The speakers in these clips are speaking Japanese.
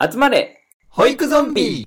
集まれ保育ゾンビ。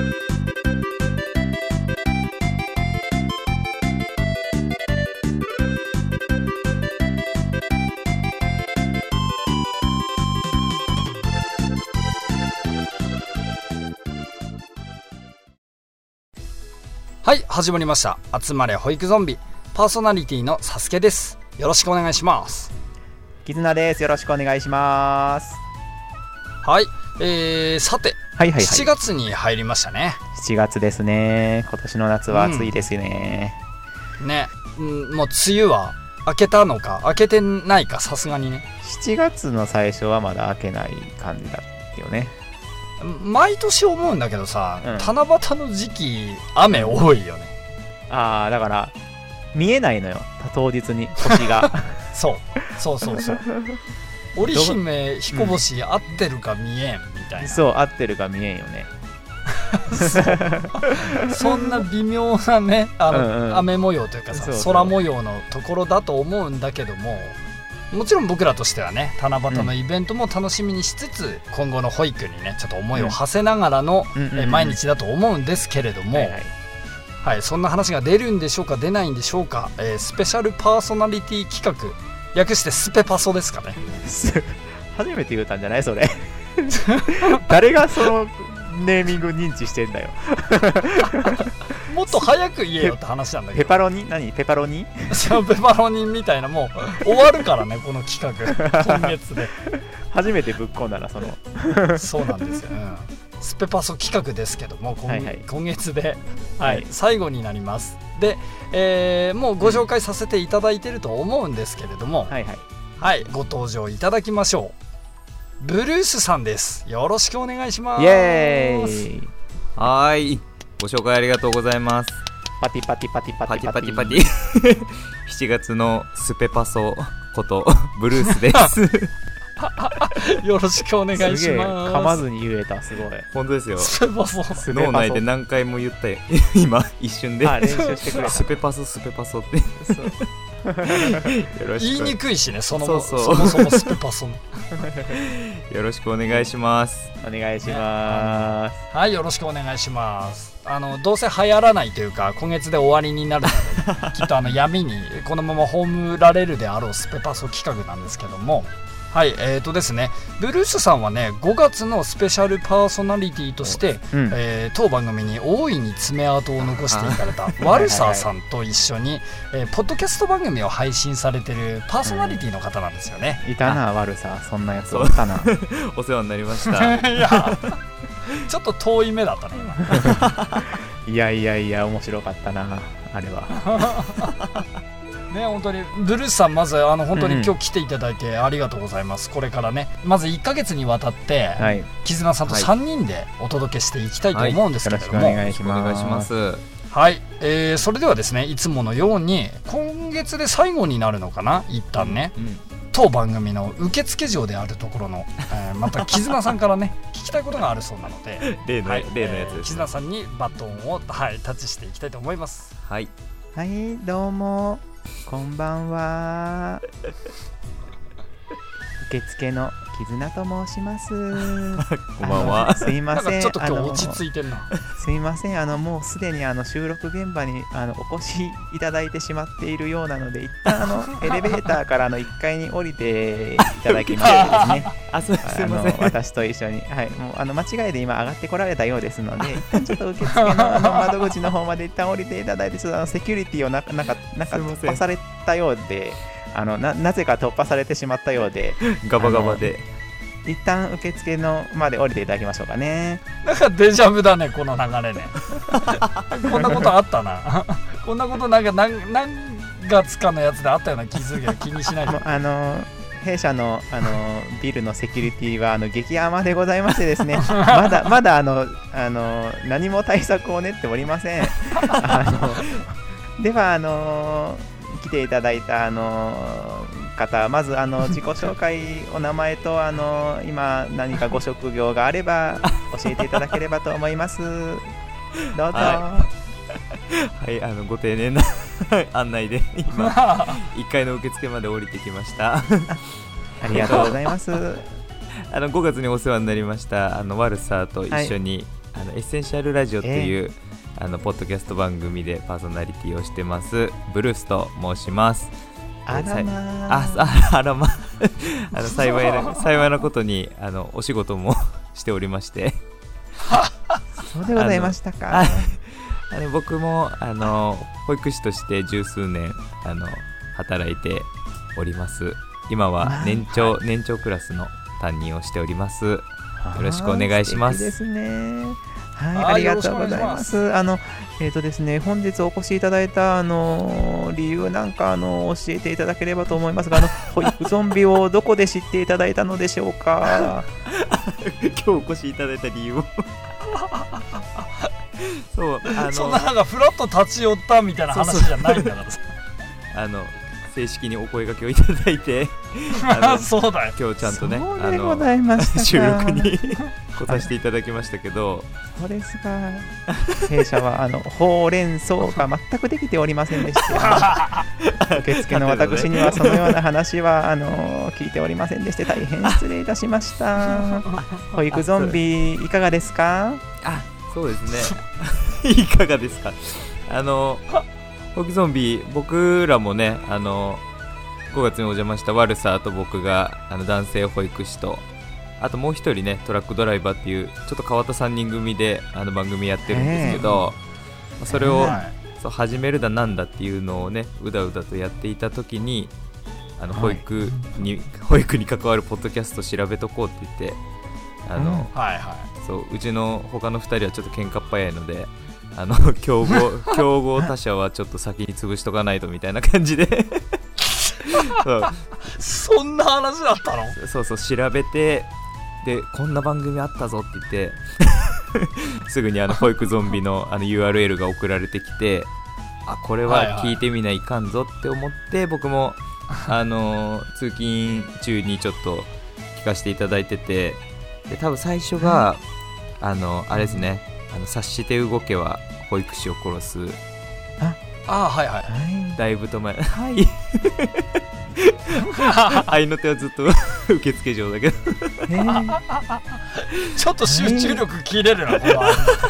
はい、始まりました。集まれ保育ゾンビ、パーソナリティのサスケです。よろしくお願いします。 キズナです。よろしくお願いします。 はい、さて、7月に入りましたね。 7月ですね。今年の夏は暑いですね。 もう梅雨は明けたのか明けてないか、さすがにね。 7月の最初はまだ明けない感じだったよね。 毎年思うんだけどさ、七夕の時期雨多いよね。 だから見えないのよ、当日に星が。そう織姫彦星合ってるか見えんみたいな。 そう、合ってるか見えんよね。 そんな微妙なね、雨模様というかさ、空模様のところだと思うんだけども、もちろん僕らとしてはね、七夕のイベントも楽しみにしつつ、今後の保育にねちょっと思いを馳せながらの毎日だと思うんですけれども、はい、そんな話が出るんでしょうか出ないんでしょうか。スペシャルパーソナリティ企画、略してスペパソですかね。 初めて言ったんじゃないそれ。誰がそのネーミング認知してんだよ。 もっと早く言えよって話なんだけど。 ペパロニ？何？ペパロニ？ そう、ペパロニみたいな、もう終わるからねこの企画。今月で初めてぶっ込んだな、その。 そうなんですよ、スペパソ企画ですけども、今月で、最後になります。で、もうご紹介させていただいていると思うんですけれども、ご登場いただきましょう。ブルースさんです。よろしくお願いします。 イエーイ。 はい、ご紹介ありがとうございます。 パティパティパティパティパティパティ。7月のスペパソことブルースです。 よろしくお願いします。すげえ噛まずに言えた。すごい。 本当ですよ。 スペパソ。 脳内で何回も言ったよ。今一瞬で。 練習してくれ。 スペパソって。 言いにくいしね、そもそもスペパソ。 よろしくお願いします。 お願いします。 はい、よろしくお願いします。どうせ流行らないというか、今月で終わりになるので、きっと闇にこのまま葬られるであろうスペパソ企画なんですけども、はい、ですね、ブルースさんはね、5月のスペシャルパーソナリティとして、当番組に大いに爪痕を残していかれたワルサーさんと一緒にポッドキャスト番組を配信されてるパーソナリティの方なんですよね。 いたな、ワルサー、そんなやつおったな。 お世話になりました。 いや、ちょっと遠い目だったね今。いや面白かったな、あれは。 ね、本当にブルースさん、まず本当に今日来ていただいてありがとうございます。これからね、まず1ヶ月にわたって、絆さんと3人でお届けしていきたいと思うんですけれども、 よろしくお願いします。 はい、それではですね、いつものように今月で最後になるのかな、一旦ね、当番組の受付嬢であるところの、また絆さんからね聞きたいことがあるそうなので、 例のやつです。 絆さんにバトンを、タッチしていきたいと思います。 はい、どうもこんばんは。受付の絆と申します。 こんばんは。 すいません。 ちょっと今日落ち着いてるな。 すいません。もうすでに収録現場にお越しいただいてしまっているようなので、一旦エレベーターから1階に降りていただきましてですね。 すいません。 私と一緒に、もう間違いで今上がってこられたようですので、一旦ちょっと受付の窓口の方まで一旦降りていただいて、ちょっとセキュリティをなんか突破されたようで。なぜか突破されてしまったようで、 ガバガバで一旦受付のまで降りていただきましょうかね。 なんかデジャブだね、この流れね。こんなことあったな。こんなこと何月かのやつであったような気するけど、気にしないで。 弊社のビルのセキュリティは激甘でございましてですね、まだ何も対策を練っておりません。では来ていただいた方、まず自己紹介、お名前と今何かご職業があれば教えていただければと思います。どうぞ。 はい、ご丁寧な案内で今1階の受付まで降りてきました。 ありがとうございます。 5月にお世話になりましたワルサーと一緒に、エッセンシャルラジオっていう、ポッドキャスト番組でパーソナリティをしてますブルースと申します。 あらまあらま幸いなことにお仕事もしておりましてそうでございましたか。 僕も保育士として十数年働いております。今は年長クラスの担任をしております。よろしくお願いします。 素敵ですね。はい、ありがとうございます。ですね、本日お越しいただいた理由なんか教えていただければと思いますが、保育ゾンビをどこで知っていただいたのでしょうか。 今日お越しいただいた理由をそうそんななんかフラッと立ち寄ったみたいな話じゃないんだからさ正式にお声掛けをいただいてそうだよ、 今日ちゃんとね収録に来させていただきましたけど、 そうですが弊社はほうれん草が全くできておりませんでした受付の私にはそのような話は聞いておりませんでして大変失礼いたしました保育ゾンビいかがですか。 そうですねいかがですか。保育ゾンビ僕らもね5月にお邪魔したワルサーと僕が男性保育士とあともう一人ねトラックドライバーっていうちょっと変わった3人組で番組やってるんですけど、それをそう始めるだなんだっていうのをねうだうだとやっていた時に保育に関わるポッドキャスト調べとこうって言ってそううちの他の2人はちょっと喧嘩っ早いので競合他社はちょっと先に潰しとかないとみたいな感じでそんな話だったの。 そう調べてでこんな番組あったぞって言ってすぐに保育ゾンビのURL が送られてきてこれは聞いてみないかんぞって思って、僕も通勤中にちょっと聞かせていただいてて、で多分最初があれですね察して動けは保育士を殺すだいぶと前愛の手はずっと受付嬢だけどちょっと集中力切れるな、この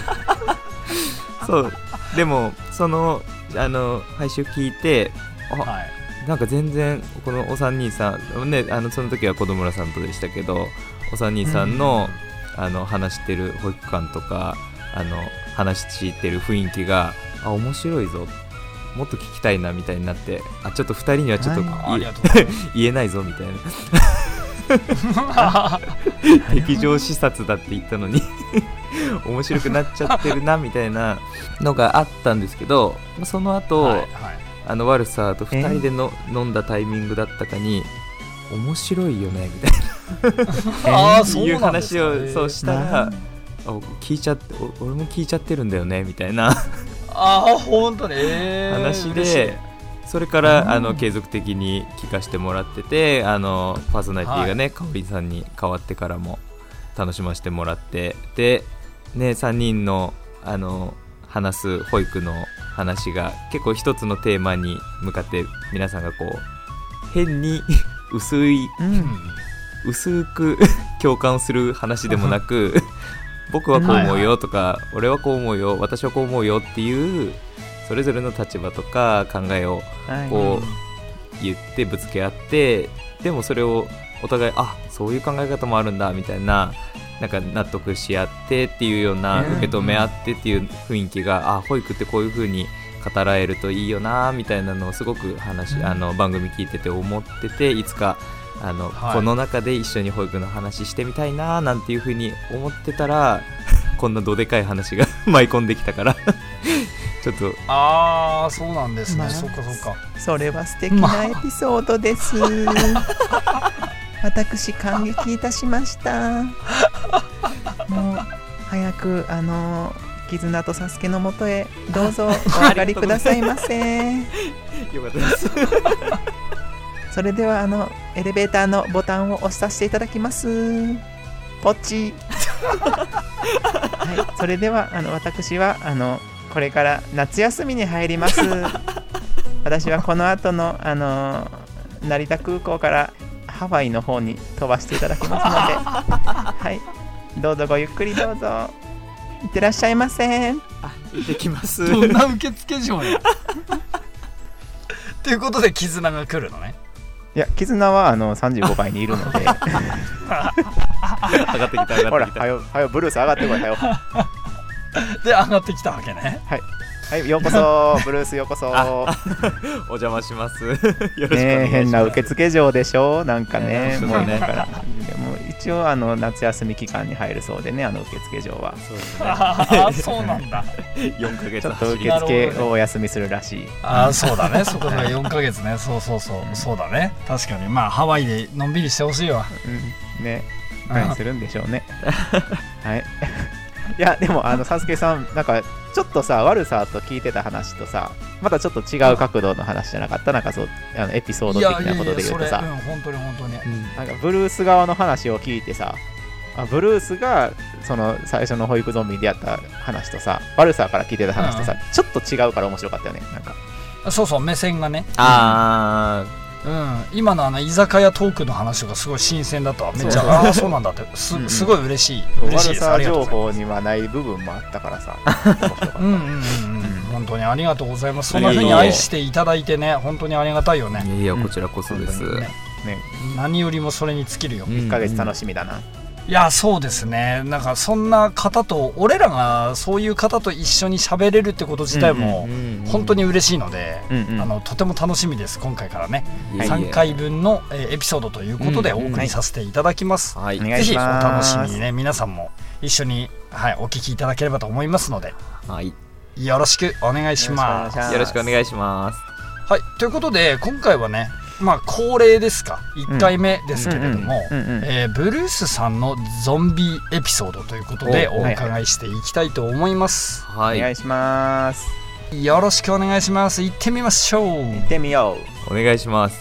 そうでもその配信聞いてなんか全然このお三人さんねその時は子供らさんとでしたけどお三人さんの、話してる保育館とか話してる雰囲気が面白いぞもっと聞きたいなみたいになってちょっと2人にはちょっと言えないぞみたいな敵情視察だって言ったのに面白くなっちゃってるなみたいなのがあったんですけど、その後、ワルサーと2人で飲んだタイミングだったかに面白いよねみたいないう話をそうしたら聞いちゃって俺も聞いちゃってるんだよねみたいな本当に話で、それから継続的に聞かせてもらっててパーソナリティがねかおりさんに変わってからも楽しませてもらってでね3人の話す保育の話が結構一つのテーマに向かって皆さんがこう変に薄く共感する話でもなく僕はこう思うよとか、俺はこう思うよ私はこう思うよっていうそれぞれの立場とか考えをこう言ってぶつけ合ってでもそれをお互いそういう考え方もあるんだみたいななんか納得し合ってっていうような受け止め合ってっていう雰囲気が保育ってこういう風に語られるといいよなみたいなのをすごく番組聞いてて思ってていつかこの中で一緒に保育の話してみたいななんていう風に思ってたらこんなどでかい話が舞い込んできたからちょっとそうなんですね、そっかそれは素敵なエピソードです、私感激いたしましたもう早く絆とサスケのもとへどうぞお上がりくださいませよかったですそれではエレベーターのボタンを押させていただきますポチはい、それでは私はこれから夏休みに入ります私はこの後の成田空港からハワイの方に飛ばしていただきますのではいどうぞごゆっくりどうぞいってらっしゃいませ。 行ってきます。 どんな受付嬢やということで絆が来るのね。 いや絆は35倍にいるので上がってきたほらはよブルース上がってこいはよで上がってきたわけね。 はいようこそブルースようこそお邪魔しますよろしくお願いしますね。変な受付嬢でしょなんかね、もうねだからでも一応夏休み期間に入るそうでね受付嬢はそうですねあそうなんだ 4ヶ月ちょっと受付をお休みするらしい。 そうだねそこで4ヶ月ねそうだね確かにまあハワイでのんびりしてほしいわ。 ね何するんでしょうねはいいやでもサスケさんなんかちょっとさ悪さと聞いてた話とさまたちょっと違う角度の話じゃなかったなんかそうエピソード的なことで言うとさ本当になんかブルース側の話を聞いてさブルースがその最初の保育ゾンビに出会った話とさ悪さから聞いてた話とさ、ちょっと違うから面白かったよねなんかそう目線がね今の居酒屋トークの話がすごい新鮮だったわ。めっちゃそうなんだってすごい嬉しい悪さ情報にはない部分もあったからさ面白かった本当にありがとうございます。そんな風に愛していただいてね本当にありがたいよね。 いやこちらこそです、 何よりもそれに尽きるよ。 1ヶ月楽しみだな。 いやそうですねなんかそんな方と俺らがそういう方と一緒に喋れるってこと自体も本当に嬉しいのでとても楽しみです。今回からね3回分のエピソードということでお送りさせていただきます。ぜひお楽しみにね皆さんも一緒にお聞きいただければと思いますのでよろしくお願いします。 よろしくお願いします。 はいということで今回はね恒例ですか1回目ですけれどもブルースさんのゾンビエピソードということでお伺いしていきたいと思います。 お願いします。 よろしくお願いします。行ってみましょう。 行ってみよう。お願いします。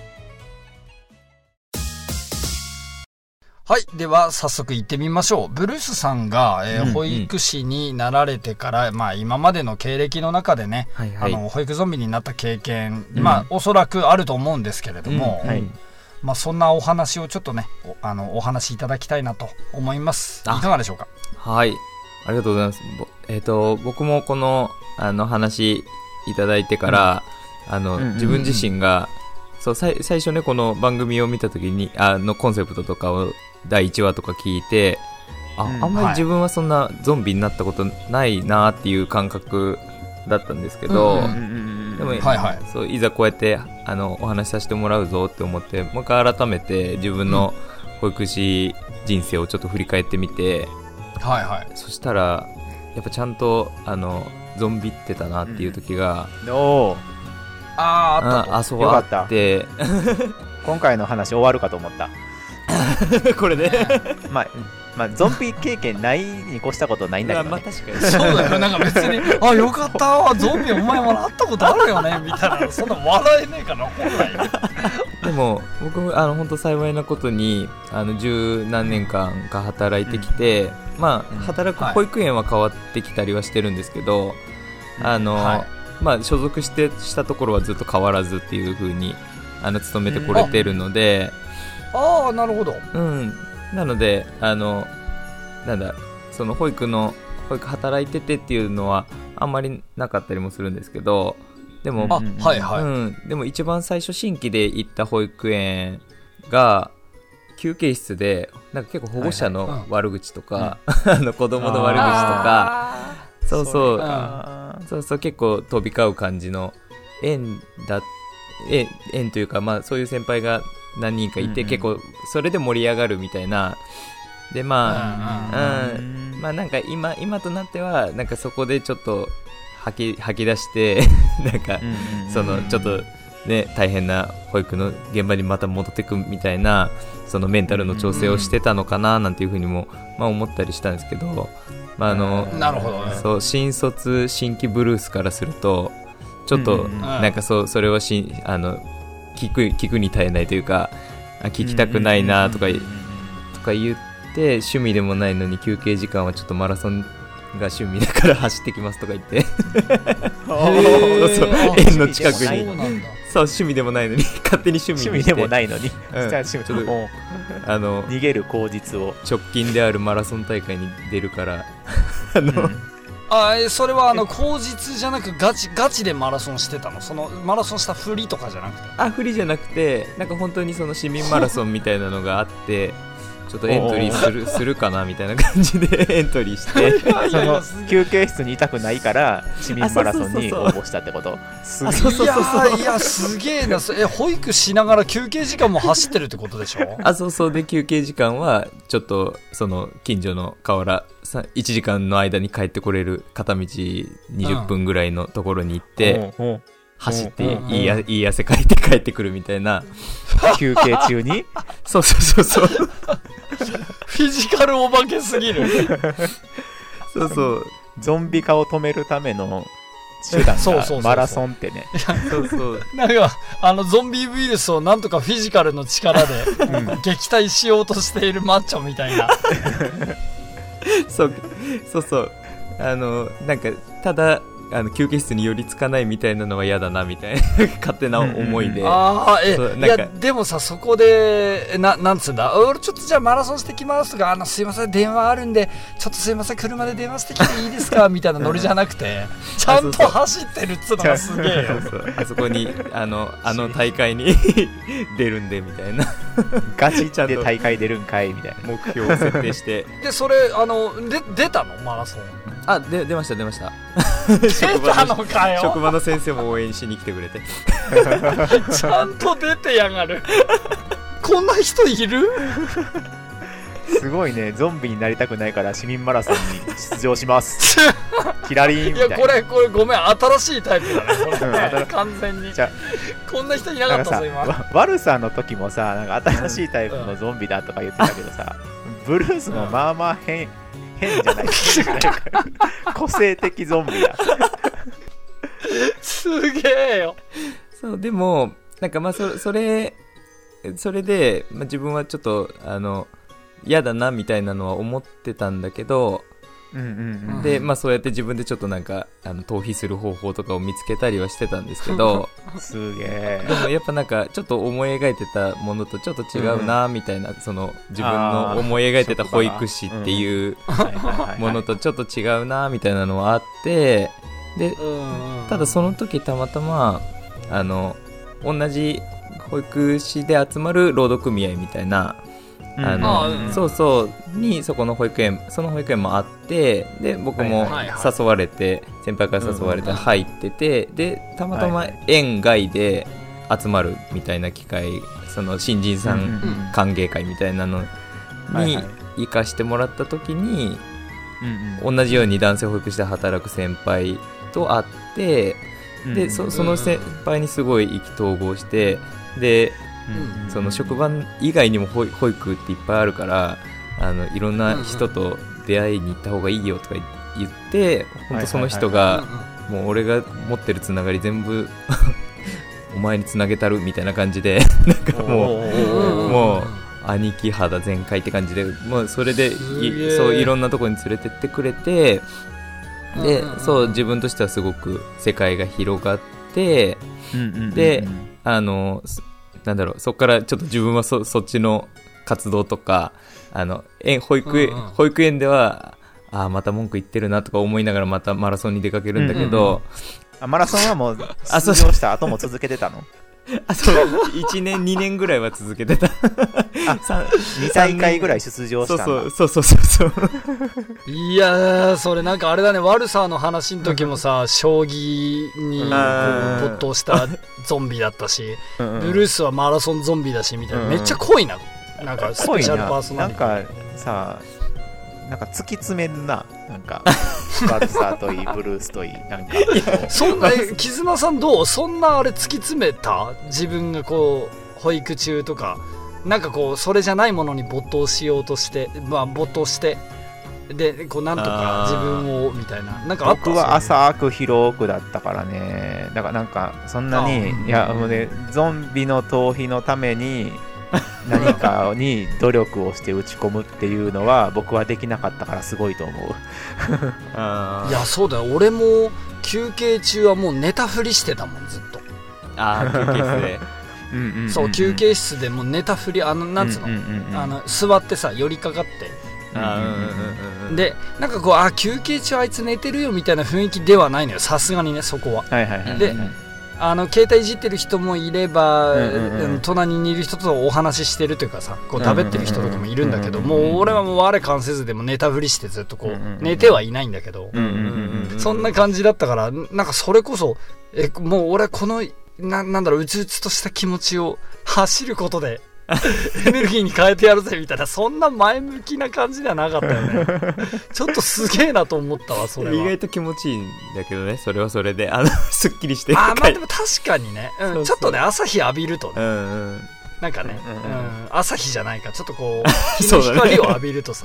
はいでは早速行ってみましょう。ブルースさんが保育士になられてから今までの経歴の中でね保育ゾンビになった経験おそらくあると思うんですけれどもそんなお話をちょっとねお話しいただきたいなと思います。いかがでしょうか。 はいありがとうございます。僕もこの話いただいてから自分自身が最初ねこの番組を見た時にコンセプトとかを第1話とか聞いてあんまり自分はそんなゾンビになったことないなっていう感覚だったんですけどでもそういざこうやってお話しさせてもらうぞって思ってもう一回改めて自分の保育士人生をちょっと振り返ってみてそしたらやっぱちゃんとゾンビってたなっていう時があって今回の話終わるかと思ったこれでゾンビ経験ないに越したことないんだけど、ね確かにそうだよなんか別によかったわゾンビお前もらったことあるよねみたいなそんな笑えねえかな本来でも僕本当幸いなことに十何年間か働いてきて、働く保育園は変わってきたりはしてるんですけど所属したところはずっと変わらずっていう風に勤めてこれてるのでなるほどなのでその保育働いててっていうのはあんまりなかったりもするんですけどでもでも一番最初新規で行った保育園が休憩室でなんか結構保護者の悪口とか子供の悪口とかそう結構飛び交う感じの園というかそういう先輩が何人かいて結構それで盛り上がるみたいなでなんか今となってはなんかそこでちょっと吐き出してなんかそのちょっとね大変な保育の現場にまた戻ってくみたいなそのメンタルの調整をしてたのかななんていうふうにも思ったりしたんですけどなるほどね。 そう新規ブルースからするとちょっとなんかそれは聞くに耐えないというか聞きたくないなとか言って趣味でもないのに休憩時間はちょっとマラソンが趣味だから走ってきますとか言って園の近くにそう趣味でもないのに勝手に趣味にして、 趣味でもないのに、 うん、 じゃあ趣味ちょっと逃げる口実を直近であるマラソン大会に出るからそれは口実じゃなくガチでマラソンしてたの？そのマラソンしたフリとかじゃなくて？ フリじゃなくて、なんか本当にその市民マラソンみたいなのがあってちょっとエントリーするかなみたいな感じでエントリーしてその休憩室にいたくないから市民マラソンに応募したってこと？ いやすげえな。保育しながら休憩時間も走ってるってことでしょ？ そうで休憩時間はちょっとその近所の河原1時間の間に帰ってこれる片道20分ぐらいのところに行って、走っていい汗かいて帰ってくるみたいな休憩中にそうフィジカルお化けすぎるそうゾンビ化を止めるための手段がマラソンってね。 そうなんかゾンビウイルスをなんとかフィジカルの力で撃退しようとしているマッチョみたいなそうなんかただ休憩室に寄りつかないみたいなのは嫌だなみたいな勝手な思いで、 いやでもさ、そこでなんつうんだ、俺ちょっとじゃあマラソンしてきますとか、すいません電話あるんでちょっとすいません車で電話してきていいですかみたいなノリじゃなくてちゃんと走ってるっつうのがすげえよ。 あそこに大会に出るんでみたいなガチで大会出るんかいみたいな目標を設定してでそれ出たのマラソン？ 出ました出たのかよ。 職場の先生も応援しに来てくれてちゃんと出てやがるこんな人いるすごいね。ゾンビになりたくないから市民マラソンに出場しますキラリンみたいな。 いやこれごめん、新しいタイプだねこれね完全にこんな人いなかったぞ今。 悪さの時もさ、なんか新しいタイプのゾンビだとか言ってたけどさ、ブルースもまあまあ変じゃない個性的ゾンビだすげえよ。 そうでもなんかそれで、自分はちょっと嫌だなみたいなのは思ってたんだけど、でそうやって自分でちょっとなんか逃避する方法とかを見つけたりはしてたんですけどすげえ。 でもやっぱなんかちょっと思い描いてたものとちょっと違うなみたいな、その自分の思い描いてた保育士っていうものとちょっと違うなみたいなのはあって、でただその時たまたま同じ保育士で集まる労働組合みたいなにその保育園もあって、で僕も誘われて、先輩から誘われて入ってて、でたまたま園外で集まるみたいな機会、その新人さん歓迎会みたいなのに行かしてもらった時に、同じように男性保育士で働く先輩と会って、でその先輩にすごい意気投合して、でその職場以外にも保育っていっぱいあるから、いろんな人と出会いに行った方がいいよとか言って、本当その人がもう俺が持ってるつながり全部お前につなげたるみたいな感じでなんかもう兄貴肌全開って感じで、もうそれでそういろんなところに連れてってくれて、でそう自分としてはすごく世界が広がって、でなんだろう、そこからちょっと自分はそっちの活動とか保育園ではまた文句言ってるなとか思いながらまたマラソンに出かけるんだけど、 マラソンはもう出場した後も続けてたの？ そう1年2年ぐらいは続けてた 2大会ぐらい出場したんだ。 そういやそれなんかあれだね、悪さの話の時もさ将棋に没頭したゾンビだったしブルースはマラソンゾンビだしみたいな、めっちゃ濃いな、なんかスペシャルパーソナリティ。 なんかさ、なんか突き詰めるな、なんか悪さといいブルースといい、なんかそんな絆さんどう？そんなあれ突き詰めた？自分がこう保育中とかなんかこうそれじゃないものに没頭しようとして、没頭してでこうなんとか自分をみたいな、なんかあった？ 僕は浅く広くだったからね。だからなんかそんなにいやもうね、ゾンビの逃避のために何かに努力をして打ち込むっていうのは僕はできなかったからすごいと思ういやそうだよ、俺も休憩中はもう寝たふりしてたもんずっと。 休憩室でそう休憩室でもう寝たふりなんつうの、座ってさ寄りかかって、でなんかこう休憩中あいつ寝てるよみたいな雰囲気ではないのよ、さすがにねそこは。で携帯いじってる人もいれば、隣にいる人とお話ししてるというかさ、こう食べってる人とかもいるんだけど、もう俺はもう我関せずでも寝たふりしてずっとこう寝てはいないんだけど、そんな感じだったから、なんかそれこそもう俺このなんだろう、うつうつとした気持ちを走ることでエネルギーに変えてやるぜみたいな、そんな前向きな感じではなかったよね。ちょっとすげえなと思ったわ、それは。 意外と気持ちいいんだけどね、それはそれで、すっきりしてる。 まあでも確かにね、ちょっとね、朝日浴びるとね、なんかね、朝日じゃないか、ちょっそう、光を浴びるとさ、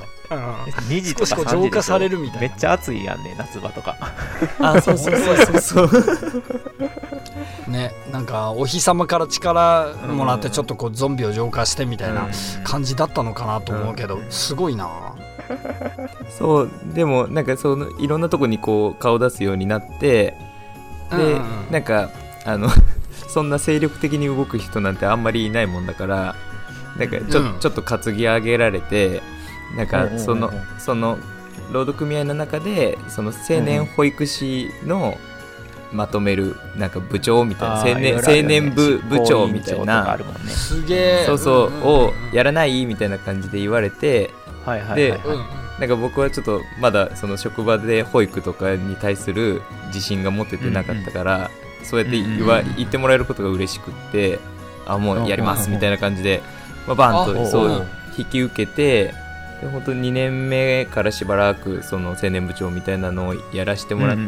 2時とか3時でしょ、 少しこう浄化されるみたいな。 めっちゃ暑いやんね、夏場とか。 そうね、なんかお日様から力もらってちょっとこうゾンビを浄化してみたいな感じだったのかなと思うけど、すごいな。 そうでもなんかいろんなとこにこう顔出すようになって、で、なんかそんな精力的に動く人なんてあんまりいないもんだから、なんかちょっと担ぎ上げられて、なんかその労働組合の中でその青年保育士のまとめるなんか部長みたいな、青年部長みたいな、 すげえ、 をやらないみたいな感じで言われて、でなんか僕はちょっとまだその職場で保育とかに対する自信が持ててなかったから、そうやって言ってもらえることが嬉しくって、もうやりますみたいな感じで、バンとそう引き受けて、で本当に2年目からしばらくその青年部長みたいなのをやらせてもらって、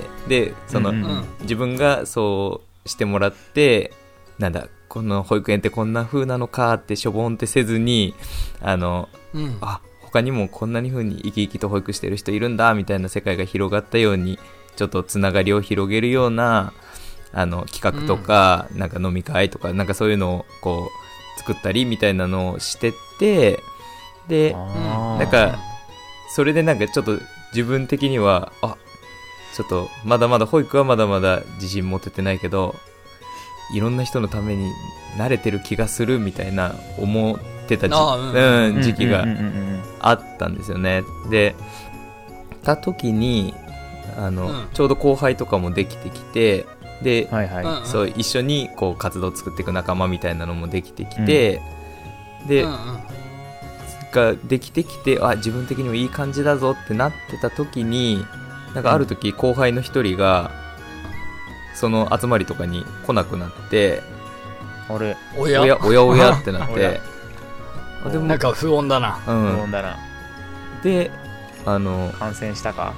で自分がそうしてもらって、なんだこの保育園ってこんな風なのかってしょぼんってせずに、他にもこんな風に生き生きと保育してる人いるんだみたいな世界が広がったように、ちょっとつながりを広げるような企画とか、なんか飲み会とかなんかそういうのをこう作ったりみたいなのをしてって、でなんかそれでなんかちょっと自分的にはちょっとまだまだ保育はまだまだ自信持ててないけど、いろんな人のために慣れてる気がするみたいな思ってた時期があったんですよね。でた時にちょうど後輩とかもできてきて、で、そう一緒にこう活動を作っていく仲間みたいなのもできてきて、で、ができてきて、自分的にもいい感じだぞってなってた時に、なんかある時後輩の一人がその集まりとかに来なくなって、おやってなってでもなんか不穏だな、 不穏だな。 で感染したか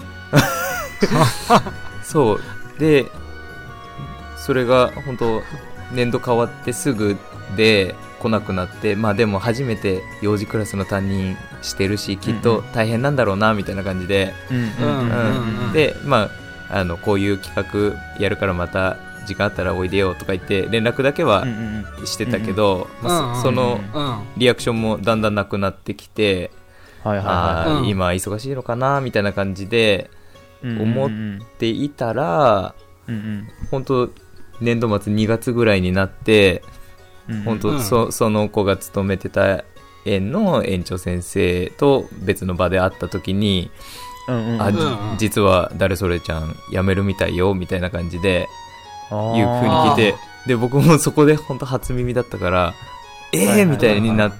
そうで、それが本当年度変わってすぐで来なくなって、でも初めて幼児クラスの担任してるし、きっと大変なんだろうなみたいな感じで、でこういう企画やるからまた時間あったらおいでよとか言って連絡だけはしてたけど、そのリアクションもだんだんなくなってきて、今忙しいのかなみたいな感じで思っていたら、本当年度末2月ぐらいになって、本当その子が勤めてた園の園長先生と別の場で会った時に、実は誰それちゃん辞めるみたいよみたいな感じでいう風に聞いて、で僕もそこで本当初耳だったからみたいになって、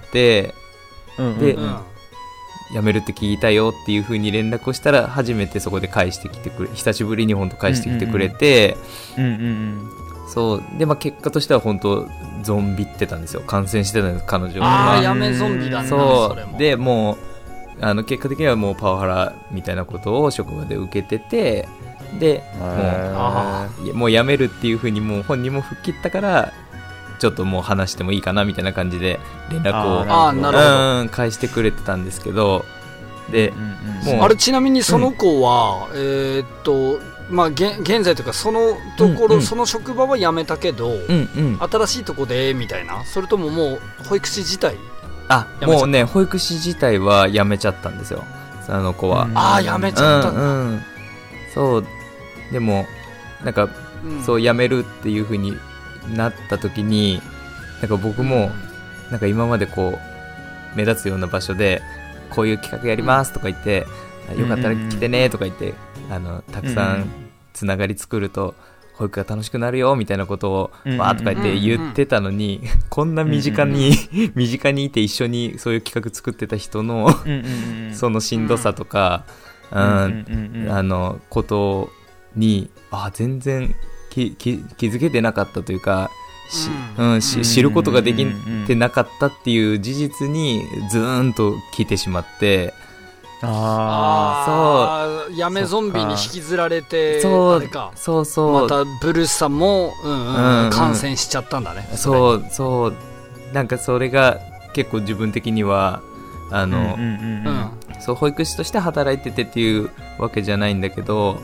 で辞めるって聞いたよっていう風に連絡をしたら、初めてそこで返してきてくれ、久しぶりに本当返してきてくれて、そうで、結果としては本当ゾンビってたんですよ。感染してたんです、彼女は。 やめゾンビだね。 そうでもう結果的にはもうパワハラみたいなことを職場で受けてて、でもう辞めるっていう風にもう本人も吹っ切ったから、ちょっともう話してもいいかなみたいな感じで連絡を返してくれてたんですけど、で、 もうあれちなみにその子は、現在というかそのところ、その職場は辞めたけど、新しいとこでみたいな、それとももう保育士自体もうね、保育士自体は辞めちゃったんですよ、あの子は。 辞めちゃったんだ。 そうでもなんか、そう辞めるっていう風になった時になんか僕もなんか今までこう目立つような場所でこういう企画やりますとか言って、よかったら来てねとか言ってたくさんつながり作ると保育が楽しくなるよみたいなことをわーとか言って言ってたのに、こんな身近にいて一緒にそういう企画作ってた人のそのしんどさとかことに全然気づけてなかったというか知ることができてなかったっていう事実にズーンと来てしまって、 そうやめゾンビに引きずられてあれかまたブルースさんも感染しちゃったんだね。 そうなんかそれが結構自分的にはそう保育士として働いててっていうわけじゃないんだけど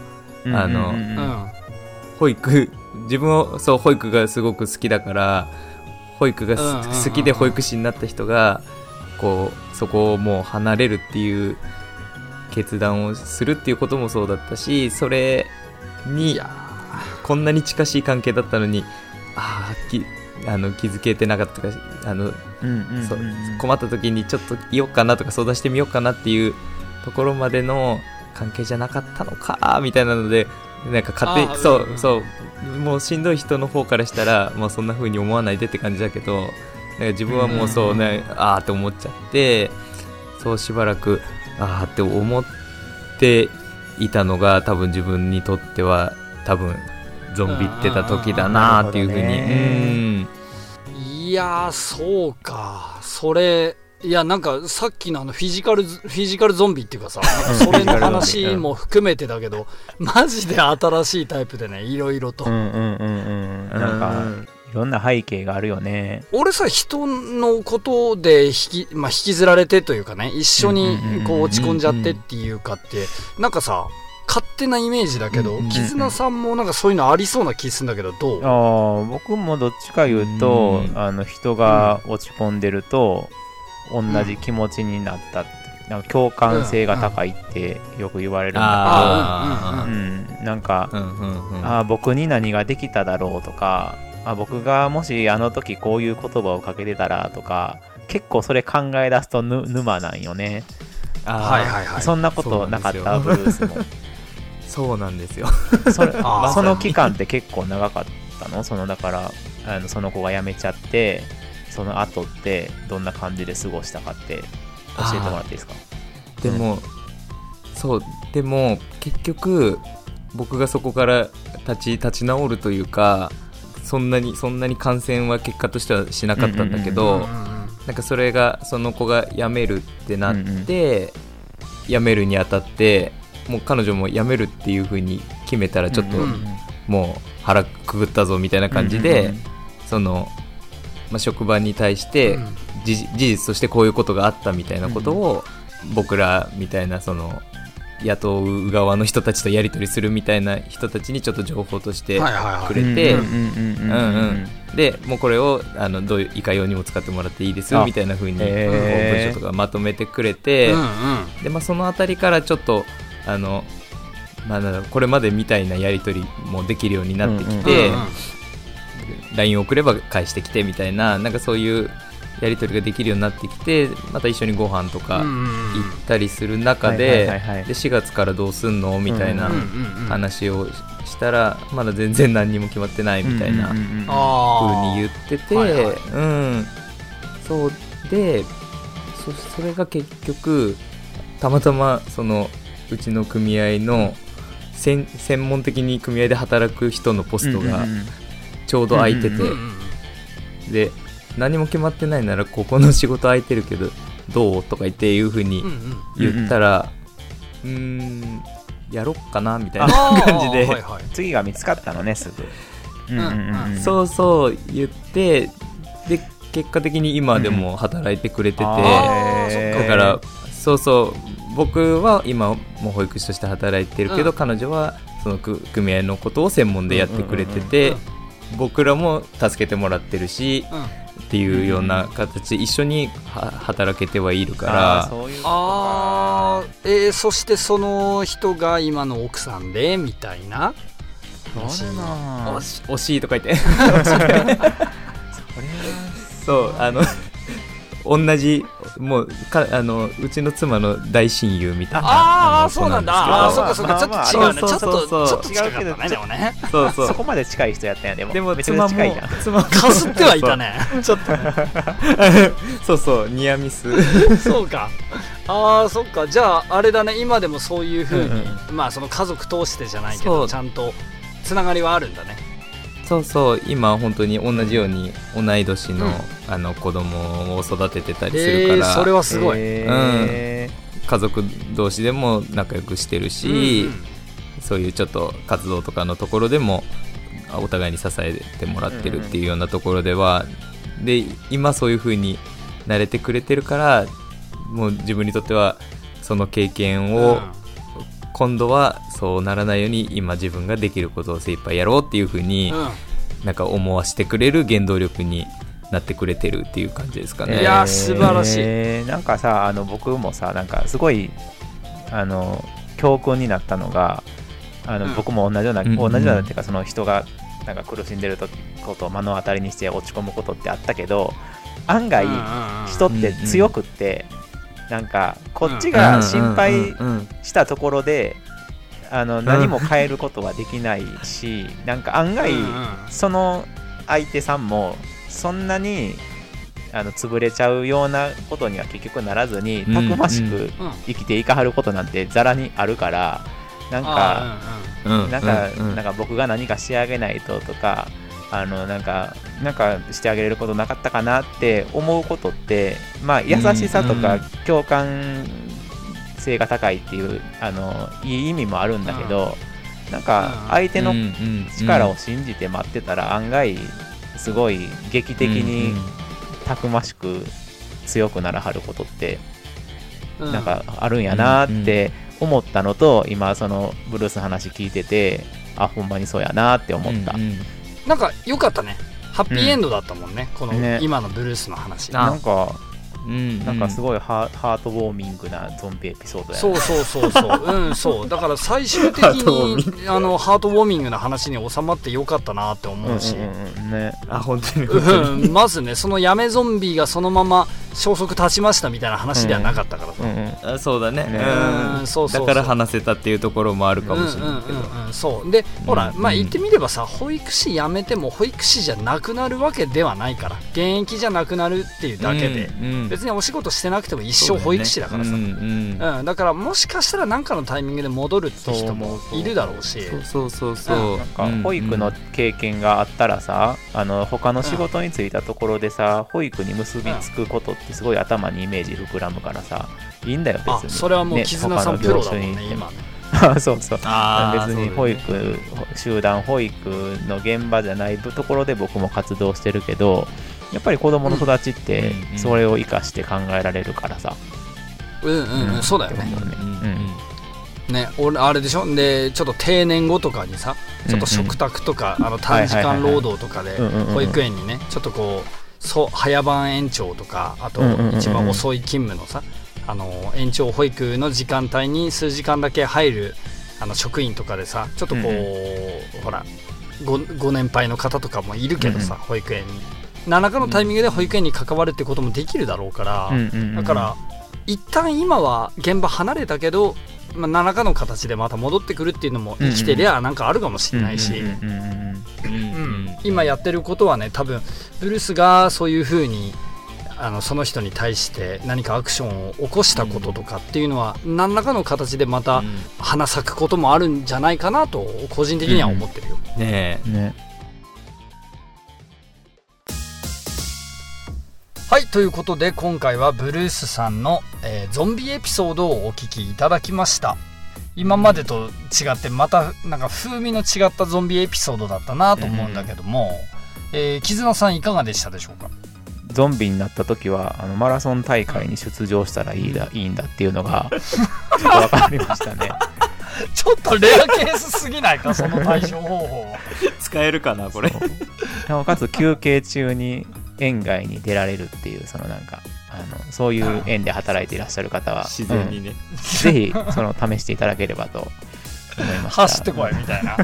自分はそう保育がすごく好きだから保育が好きで保育士になった人がこうそこをもう離れるっていう決断をするっていうこともそうだったし、それにこんなに近しい関係だったのに気づけてなかったとか困った時にちょっと言おうかなとか相談してみようかなっていうところまでの関係じゃなかったのかみたいなので、なんか勝手にそうもうしんどい人の方からしたらもうそんな風に思わないでって感じだけど、なんか自分はもうそうねって思っちゃって、そうしばらくって思っていたのが多分自分にとっては多分ゾンビってた時だなっていう風に。 いやそうか、それいやなんかさっきのフィジカルゾンビっていうかさ、なんかそれの話も含めてだけどマジで新しいタイプでね、いろいろとなんかいろんな背景があるよね。 俺さ人のことで引きずられてというかね、一緒にこう落ち込んじゃってっていうかってなんかさ勝手なイメージだけど、絆さんもなんかそういうのありそうな気するんだけどどう？ 僕もどっちか言うと人が落ち込んでると同じ気持ちになった、なんか共感性が高いってよく言われるんだけど、なんか、僕に何ができただろうとか、僕がもしあの時こういう言葉をかけてたらとか、結構それ考え出すと沼なんよね。そんなことなかった？ブルースもそうなんですよその期間って結構長かったの？だからその子が辞めちゃってその後ってどんな感じで過ごしたかって教えてもらっていいですか？ でも結局僕がそこから立ち直るというか、そんなに感染は結果としてはしなかったんだけど、なんかそれがその子が辞めるってなって、辞めるにあたってもう彼女も辞めるっていう風に決めたらちょっともう腹くぐったぞみたいな感じで、その職場に対して事実としてこういうことがあったみたいなことを僕らみたいなその雇う側の人たちとやり取りするみたいな人たちにちょっと情報としてくれて、でもうこれをどういういかようにも使ってもらっていいですよみたいな風に文章とかまとめてくれて、でそのあたりからちょっとこれまでみたいなやり取りもできるようになってきて、LINE 送れば返してきてみたいな、なんかそういうやり取りができるようになってきて、また一緒にご飯とか行ったりする中で、で4月からどうすんのみたいな話をしたら、まだ全然何にも決まってないみたいな風に言ってて、そうでそれが結局たまたまそのうちの組合の専門的に組合で働く人のポストがちょうど空いてて、で何も決まってないならここの仕事空いてるけどどうとかいう風に言ったら、やろっかなみたいな感じで、 次が見つかったのねすぐ。 そう言って、で結果的に今でも働いてくれてて、だから僕は今も保育士として働いてるけど、彼女はその組合のことを専門でやってくれてて、僕らも助けてもらってるし、っていうような形で一緒に働けてはいるから。 そしてその人が今の奥さんでみたいな。 そうだな惜しいとか言ってそれはそう同じもううちの妻の大親友みたいなああそうなんだ。ああそうかそうか、ちょっと違うね。ちょっと近かったね。でもね、 そこまで近い人やったんや。でも妻もかすってはいたねちょっとそうニアミスそうか。ああそっか。じゃああれだね、今でもそういう風に、まあその家族通してじゃないけどちゃんとつながりはあるんだね。 そう今本当に同じように同い年の、子供を育ててたりするから、 それはすごい、 家族同士でも仲良くしてるし、そういうちょっと活動とかのところでもお互いに支えてもらってるっていうようなところでは、で今そういう風に慣れてくれてるから、もう自分にとってはその経験を、今度はそうならないように今自分ができることを精一杯やろうっていう風に、なんか思わせてくれる原動力になってくれてるっていう感じですかね。 いや素晴らしい。 なんかさ僕もさなんかすごい教訓になったのが僕も同じようなっていうか、その人がなんか苦しんでることを目の当たりにして落ち込むことってあったけど、案外人って強くって、なんかこっちが心配したところで何も変えることはできないし、なんか案外その相手さんもそんなに潰れちゃうようなことには結局ならずに、たくましく生きていかはることなんてざらにあるから、なんか僕が何かしてあげないととかなんかしてあげれることなかったかなって思うことって、まあ優しさとか共感性が高いっていういい意味もあるんだけど、なんか相手の力を信じて待ってたら案外すごい劇的にたくましく強くならはることってなんかあるんやなって思ったのと、今そのブルースの話聞いてて、あほんまにそうやなって思った。 なんか良かったね。ハッピーエンドだったもんね、この今のブルースの話。 なんかすごいハートウォーミングなゾンビエピソードや。 そうだから最終的にハートウォーミングな話に収まってよかったなって思うし、 本当にまずね、そのやめゾンビがそのまま消息絶ちましたみたいな話ではなかったからさ。 そうだね。だから話せたっていうところもあるかもしれないけど、 そうでほら、まあ言ってみればさ、保育士辞めても保育士じゃなくなるわけではないから、現役じゃなくなるっていうだけで、別にお仕事してなくても一生保育士だからさ、だからもしかしたら何かのタイミングで戻るって人もいるだろうし、 なんか保育の経験があったらさ、他の仕事に就いたところでさ、保育に結びつくことってすごい頭にイメージ膨らむからさ、いいんだよ別に。 それはもう絆さんプロだもんね今ね。 そう別に保育、集団保育の現場じゃないところで僕も活動してるけど、やっぱり子供の育ちってそれを生かして考えられるからさ。 そうだよね。ね、俺あれでしょ。でちょっと定年後とかにさ、ちょっと食卓とか短時間労働とかで保育園にね、ちょっとこう早番延長とか、あと一番遅い勤務のさ、延長保育の時間帯に数時間だけ入る職員とかでさ、ちょっとこう、ほら ご年配の方とかもいるけどさ、保育園に何らかのタイミングで保育園に関わるってこともできるだろうから、だから一旦今は現場離れたけど、何らかの形でまた戻ってくるっていうのも生きてりゃなんかあるかもしれないし、今やってることはね、多分ブルースがそういう風にその人に対して何かアクションを起こしたこととかっていうのは、何らかの形でまた花咲くこともあるんじゃないかなと個人的には思ってるよ。はい、ということで今回はブルースさんの、ゾンビエピソードをお聞きいただきました。今までと違ってまたなんか風味の違ったゾンビエピソードだったなと思うんだけども、絆さんいかがでしたでしょうか。 ゾンビになった時はマラソン大会に出場したらいいんだっていうのがちょっと分かりましたね。 ちょっとレアケースすぎないかその対処方法。 使えるかなこれ。 なおかつ休憩中に園外に出られるっていう、そのなんかそういう園で働いていらっしゃる方は自然にね、 ぜひ試していただければと思いました。 走ってこいみたいな。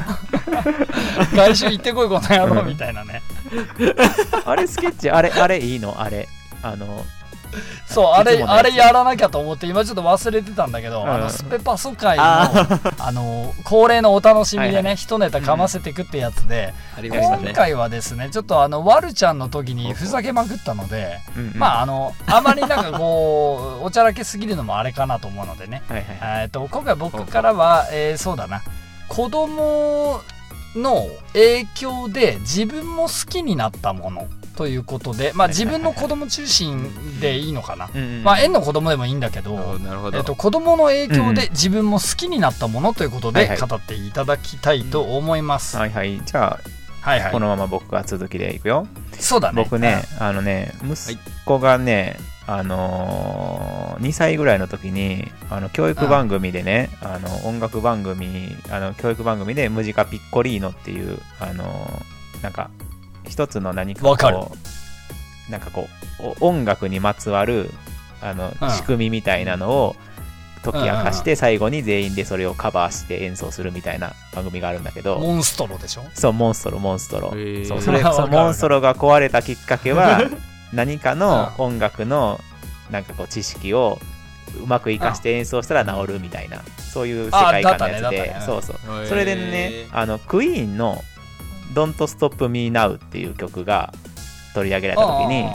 外周行ってこいこの野郎みたいなねあれスケッチあれいいのそうあれやらなきゃと思って今ちょっと忘れてたんだけど、スペパソ会の恒例のお楽しみでね、一ネタかませてくってやつで、今回はですねちょっとワルちゃんの時にふざけまくったので、まああまりなんかこうおちゃらけすぎるのもあれかなと思うのでね、今回僕からはそうだな、子供の影響で自分も好きになったものということで、まあ、自分の子供中心でいいのかな、まあ、園の子供でもいいんだけど、子供の影響で自分も好きになったものということで語っていただきたいと思います。 はいはい、じゃあ、このまま僕が続きでいくよ。 そうだね。 僕ね、息子がね、2歳ぐらいの時に教育番組でね、音楽番組教育番組でムジカピッコリーノっていうなんか一つの何かこうなんかこう音楽にまつわる仕組みみたいなのを解き明かして、最後に全員でそれをカバーして演奏するみたいな番組があるんだけど、 モンストロでしょ。 そう、モンストロそうそのモンストロが壊れたきっかけは何かの音楽のなんかこう知識をうまく活かして演奏したら治るみたいな、そういう世界観のやつで、そうそう、それでねクイーンのDon't Stop Me Now っていう曲が取り上げられた時に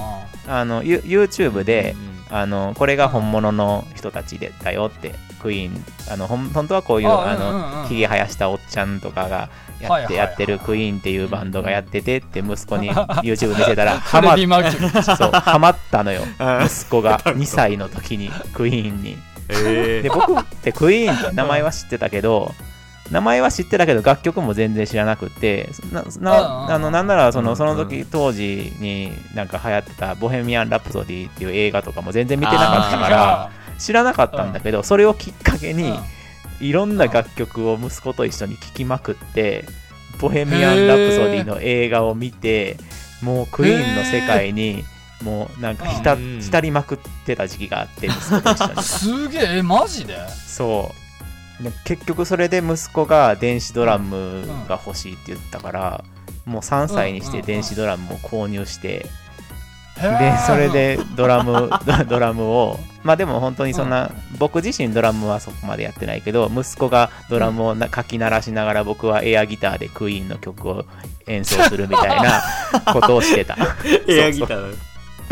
YouTube でこれが本物の人たちだよって、クイーン本当はこういうひげ生やしたおっちゃんとかがやってるクイーンっていうバンドがやっててって息子に YouTube 見せたらハマったのよ息子が2歳の時にクイーンに。で僕ってクイーンって名前は知ってたけど楽曲も全然知らなくて、なんならその時当時になんか流行ってたボヘミアン・ラプソディっていう映画とかも全然見てなかったから知らなかったんだけど、それをきっかけにいろんな楽曲を息子と一緒に聴きまくって、ボヘミアン・ラプソディの映画を見て、もうクイーンの世界にもうなんか浸りまくってた時期があって、息子と一緒にすげえ、マジで？ そうで結局それで息子が電子ドラムが欲しいって言ったから、もう3歳にして電子ドラムを購入して、でそれでドラムをまあでも本当にそんな、僕自身ドラムはそこまでやってないけど、息子がドラムをかき鳴らしながら僕はエアギターでクイーンの曲を演奏するみたいなことをしてたエアギター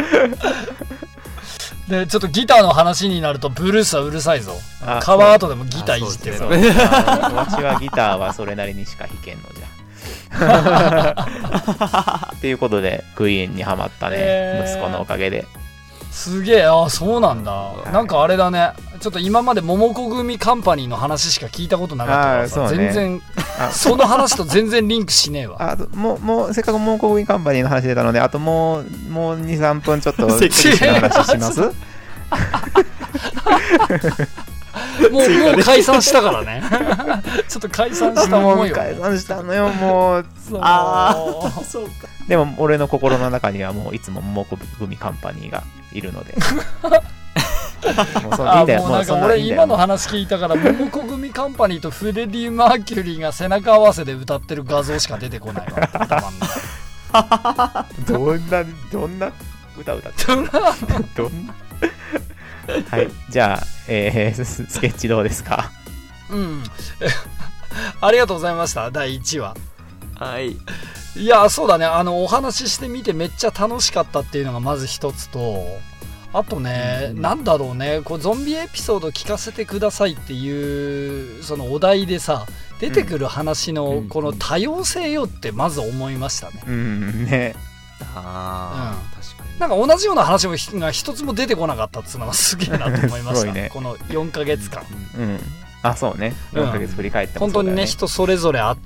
でちょっとギターの話になるとブルースはうるさいぞ。カバーアートでもギターいじってるから。 わしはギターはそれなりにしか弾けんのじゃっていうことでクイーンにハマったね、息子のおかげで。 すげえ、そうなんだ、なんかあれだね、ちょっと今まで桃子組カンパニーの話しか聞いたことなかったからさ、全然その話と全然リンクしねえわ。 もうせっかく桃子組カンパニーの話出たので、あともう 2,3 分ちょっと話しますもう解散したからねちょっと解散したもんよ。 解散したのよ、もう。そうか。でも俺の心の中にはもういつも桃子組カンパニーがいるのでもういいんだよ。 もうなんか俺今の話聞いたから桃子組カンパニーとフレディ・マーキュリーが背中合わせで歌ってる画像しか出てこないわ頭の中どんな歌歌ってるどんなはい、じゃあ、スケッチどうですか？ ありがとうございました。第1話。 はい。 いや、そうだね、お話ししてみてめっちゃ楽しかったっていうのがまず一つと、あとね、なんだろうね、こうゾンビエピソード聞かせてくださいっていうそのお題でさ出てくる話のこの多様性よってまず思いましたね。 ね。 確かに。 なんか同じような話が一つも出てこなかったっていうのがすげえなと思いましたねこの4ヶ月間。 そうね、4ヶ月振り返っても本当にね、人それぞれあって、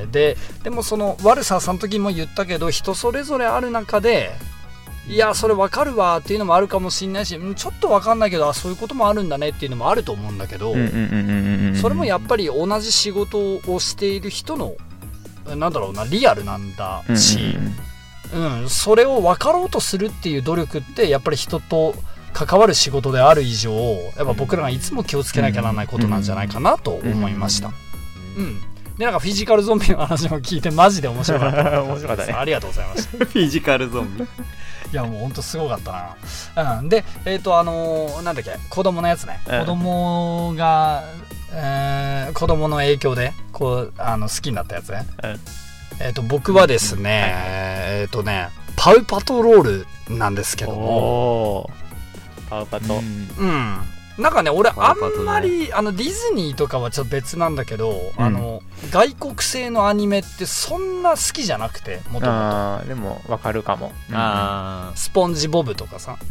でもその悪ささんの時も言ったけど、人それぞれある中で、いやそれ分かるわっていうのもあるかもしれないし、ちょっと分かんないけどそういうこともあるんだねっていうのもあると思うんだけど、それもやっぱり同じ仕事をしている人のなんだろうな、リアルなんだし、それを分かろうとするっていう努力ってやっぱり人と関わる仕事である以上、やっぱ僕らがいつも気をつけなきゃならないことなんじゃないかなと思いました。 でなんかフィジカルゾンビの話も聞いてマジで面白かった面白かったね。 ありがとうございました。 フィジカルゾンビ。 いやもうほんとすごかったな。でなんだっけ、子供のやつね、子供が、子供の影響で好きになったやつね、僕はですね、パウパトロールなんですけども、 パウパト、 なんかね俺あんまりディズニーとかはちょっと別なんだけど、外国製のアニメってそんな好きじゃなくて、もともと。 でもわかるかも。 スポンジボブとかさ、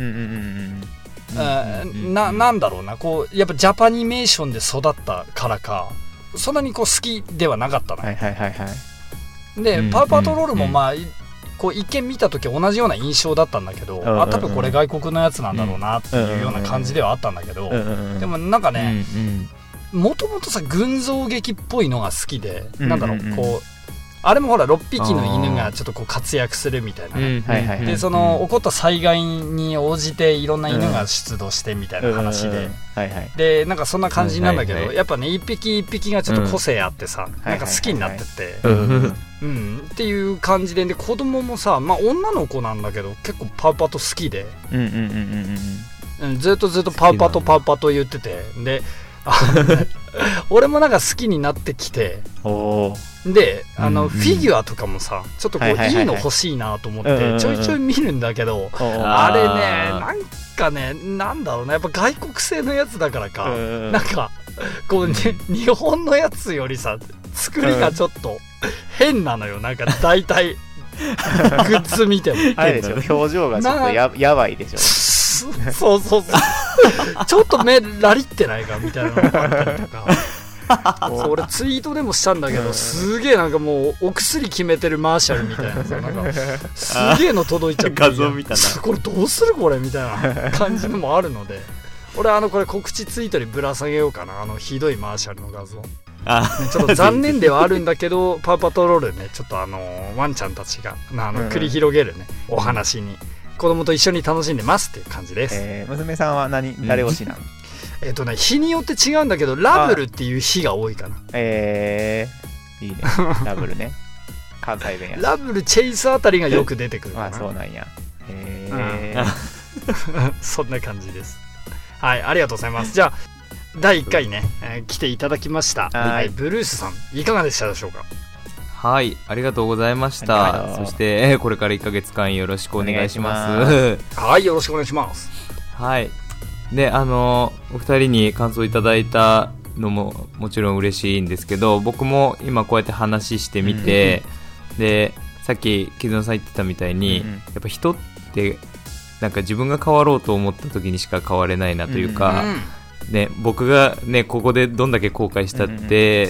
なんだろうな、こうやっぱジャパニメーションで育ったからかそんなにこう好きではなかったの。でパウパトロールもまあこう一見見た時同じような印象だったんだけど、多分これ外国のやつなんだろうなっていうような感じではあったんだけど、でもなんかね、もともとさ群像劇っぽいのが好きで、なんだろう、こうあれもほら6匹の犬がちょっとこう活躍するみたいな、でその起こった災害に応じていろんな犬が出動してみたいな話で、でなんかそんな感じなんだけど、やっぱね一匹一匹がちょっと個性あってさ、なんか好きになってて、っていう感じで、子供もさ、まあ女の子なんだけど結構パウパト好きで、ずっとパウパト言ってて、で俺もなんか好きになってきて、でフィギュアとかもさちょっとこういいの欲しいなと思ってちょいちょい見るんだけど、あれねなんかね、なんだろうな、やっぱ外国製のやつだからか、なんかこう、日本のやつよりさ作りがちょっと変なのよ。なんか大体グッズ見てもあれでしょ、表情がちょっとやばいでしょ。 そうちょっと目ラリってないかみたいなのがあったりとか俺ツイートでもしたんだけど、すげえなんかもうお薬決めてるマーシャルみたいなさ、なんかすげえの届いちゃって画像見たな、 これどうするこれみたいな感じのもあるので、俺これ告知ツイートにぶら下げようかな、ひどいマーシャルの画像。ちょっと残念ではあるんだけどパウパトロールね、ちょっとワンちゃんたちが繰り広げるねお話に子供と一緒に楽しんでますっていう感じです。 娘さんは誰推しなの？ 日によって違うんだけどラブルっていう日が多いかな。 いいねラブルね、関西弁や。 ラブルチェイスあたりがよく出てくるかな。 そうなんや。 そんな感じです。はい、ありがとうございます。じゃあ第1回ね、来ていただきました、ブルースさんいかがでしたでしょうか？ はい、ありがとうございました。そしてこれから1ヶ月間よろしくお願いします。 はい、よろしくお願いします。 はい。で、お二人に感想いただいたのももちろん嬉しいんですけど、僕も今こうやって話してみて、で、さっき木津さん言ってたみたいに、やっぱ人ってなんか自分が変わろうと思った時にしか変われないなというか、ね、僕がねここでどんだけ後悔したって、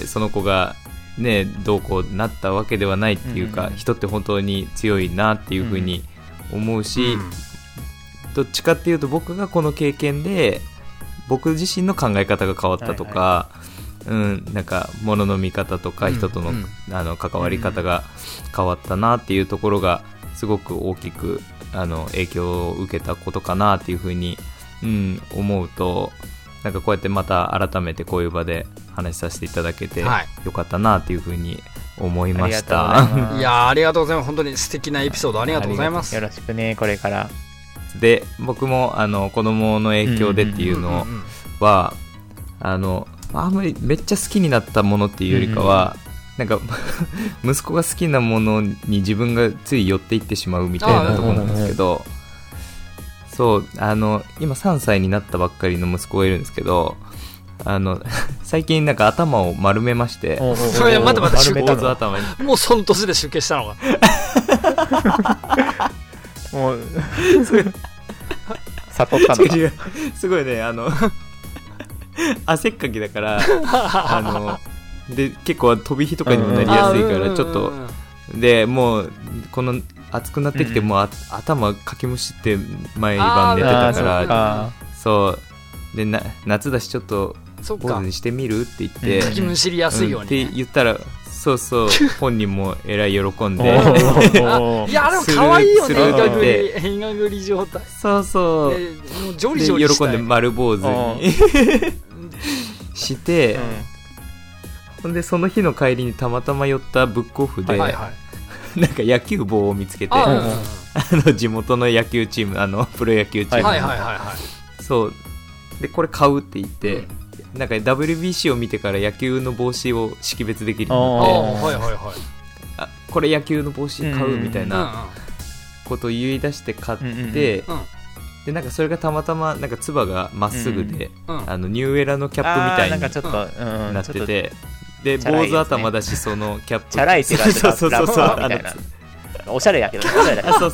その子がねどうこうなったわけではないっていうか、人って本当に強いなっていう風に思うし、どっちかっていうと僕がこの経験で僕自身の考え方が変わったとか、なんか物の見方とか人との、関わり方が変わったなっていうところがすごく大きく影響を受けたことかなっていう風に、思うと、なんかこうやってまた改めてこういう場で話させていただけてよかったなっていう風に思いました。 いやありがとうございます。本当に素敵なエピソードありがとうございます。 よろしくね、これから。 で、僕も子供の影響でっていうのは、あんまりめっちゃ好きになったものっていうよりかは、なんか息子が好きなものに自分がつい寄っていってしまうみたいなところなんですけど、そう今3歳になったばっかりの息子がいるんですけど、最近なんか頭を丸めまして、 それ待って坊主頭にもうその年で出家したのかもう悟ったのかすごいね汗っかきだからで結構飛び火とかにもなりやすいからちょっとでもうこの暑くなってきてもう頭かきむしって毎晩寝てたからそうで夏だしちょっと坊主にしてみるって言ってかきむしりやすいように、 って言ったらそう本人もえらい喜んでいやでも可愛いよね、変がぐり状態そうもうジョリジョリしたい喜んで丸坊主にして、 ほんでその日の帰りにたまたま寄ったブックオフで、 はいはい、 なんか野球帽を見つけて、地元の野球チーム、プロ野球チームの、 はいはいはいはい、 そうでこれ買うって言って、なんか WBC を見てから野球の帽子を識別できるようになって、 はいはいはい、 あこれ野球の帽子買うみたいなことを言い出して買って、でなんかそれがたまたまなんかつばがまっすぐで、ニューエラのキャップみたいになってて、で坊主頭だしそのキャップチャラいって感じそうおしゃれやけどそう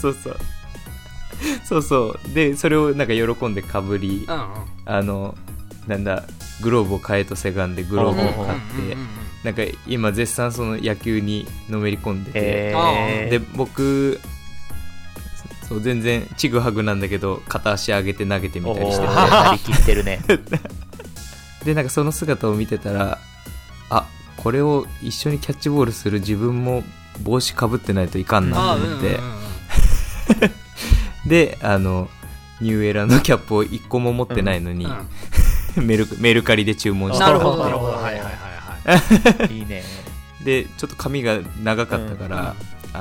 そうでそれをなんか喜んでかぶり、なんだグローブを買えとせがんでグローブを買って、なんか今絶賛その野球にのめり込んでて、で僕そう全然ちぐはぐなんだけど片足上げて投げてみたりしてて、 なりきってるねでなんかその姿を見てたら、あこれを一緒にキャッチボールする自分も帽子かぶってないといかんなと思って、でニューエラのキャップを1個も持ってないのに、メルカリで注文して、 なるほどなるほど、はいはいはいいいね。 でちょっと髪が長かったから、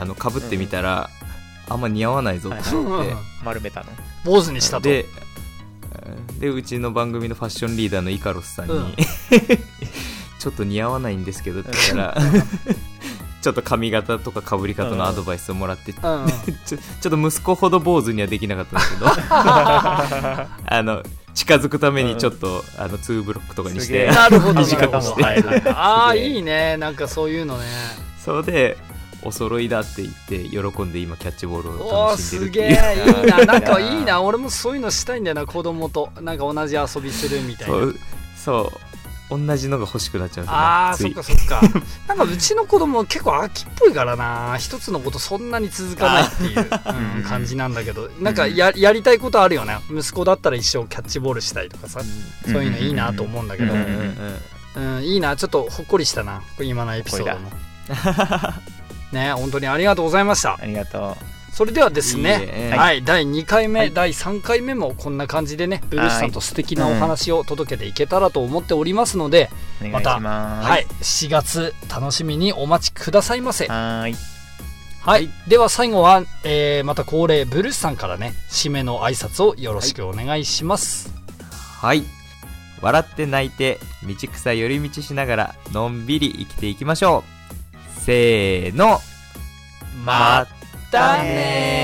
かぶってみたら、あんま似合わないぞって思って、 丸めたの坊主にしたと。 でうちの番組のファッションリーダーのイカロスさんに、ちょっと似合わないんですけどって言ったら、ちょっと髪型とかかぶり方のアドバイスをもらって、ちょっと息子ほど坊主にはできなかったんですけど近づくためにちょっと2ブロックとかにしてなるほど短くして、 ああいいね、なんかそういうのね。 そうでお揃いだって言って喜んで今キャッチボールを楽しんでるっていう。 すげえいいな、なんかいいな、俺もそういうのしたいんだよな、子供となんか同じ遊びするみたいな。 そう同じのが欲しくなっちゃうんですよね。 ああそっかそっかなんかうちの子供結構秋っぽいからな、一つのことそんなに続かないっていう、感じなんだけど、なんか やりたいことあるよね。息子だったら一生キャッチボールしたいとかさ、そういうのいいなと思うんだけど、いいな、ちょっとほっこりしたな今のエピソードもね。本当にありがとうございました。 ありがとう。 それではですね、はい、第2回目、第3回目もこんな感じでね、ブルースさんと素敵なお話を届けていけたらと思っておりますので、また、はい、7月楽しみにお待ちくださいませ。はい、では最後は、また恒例ブルースさんからね、締めの挨拶をよろしくお願いします。 はい、笑って泣いて道草寄り道しながらのんびり生きていきましょう。せーの、またねー。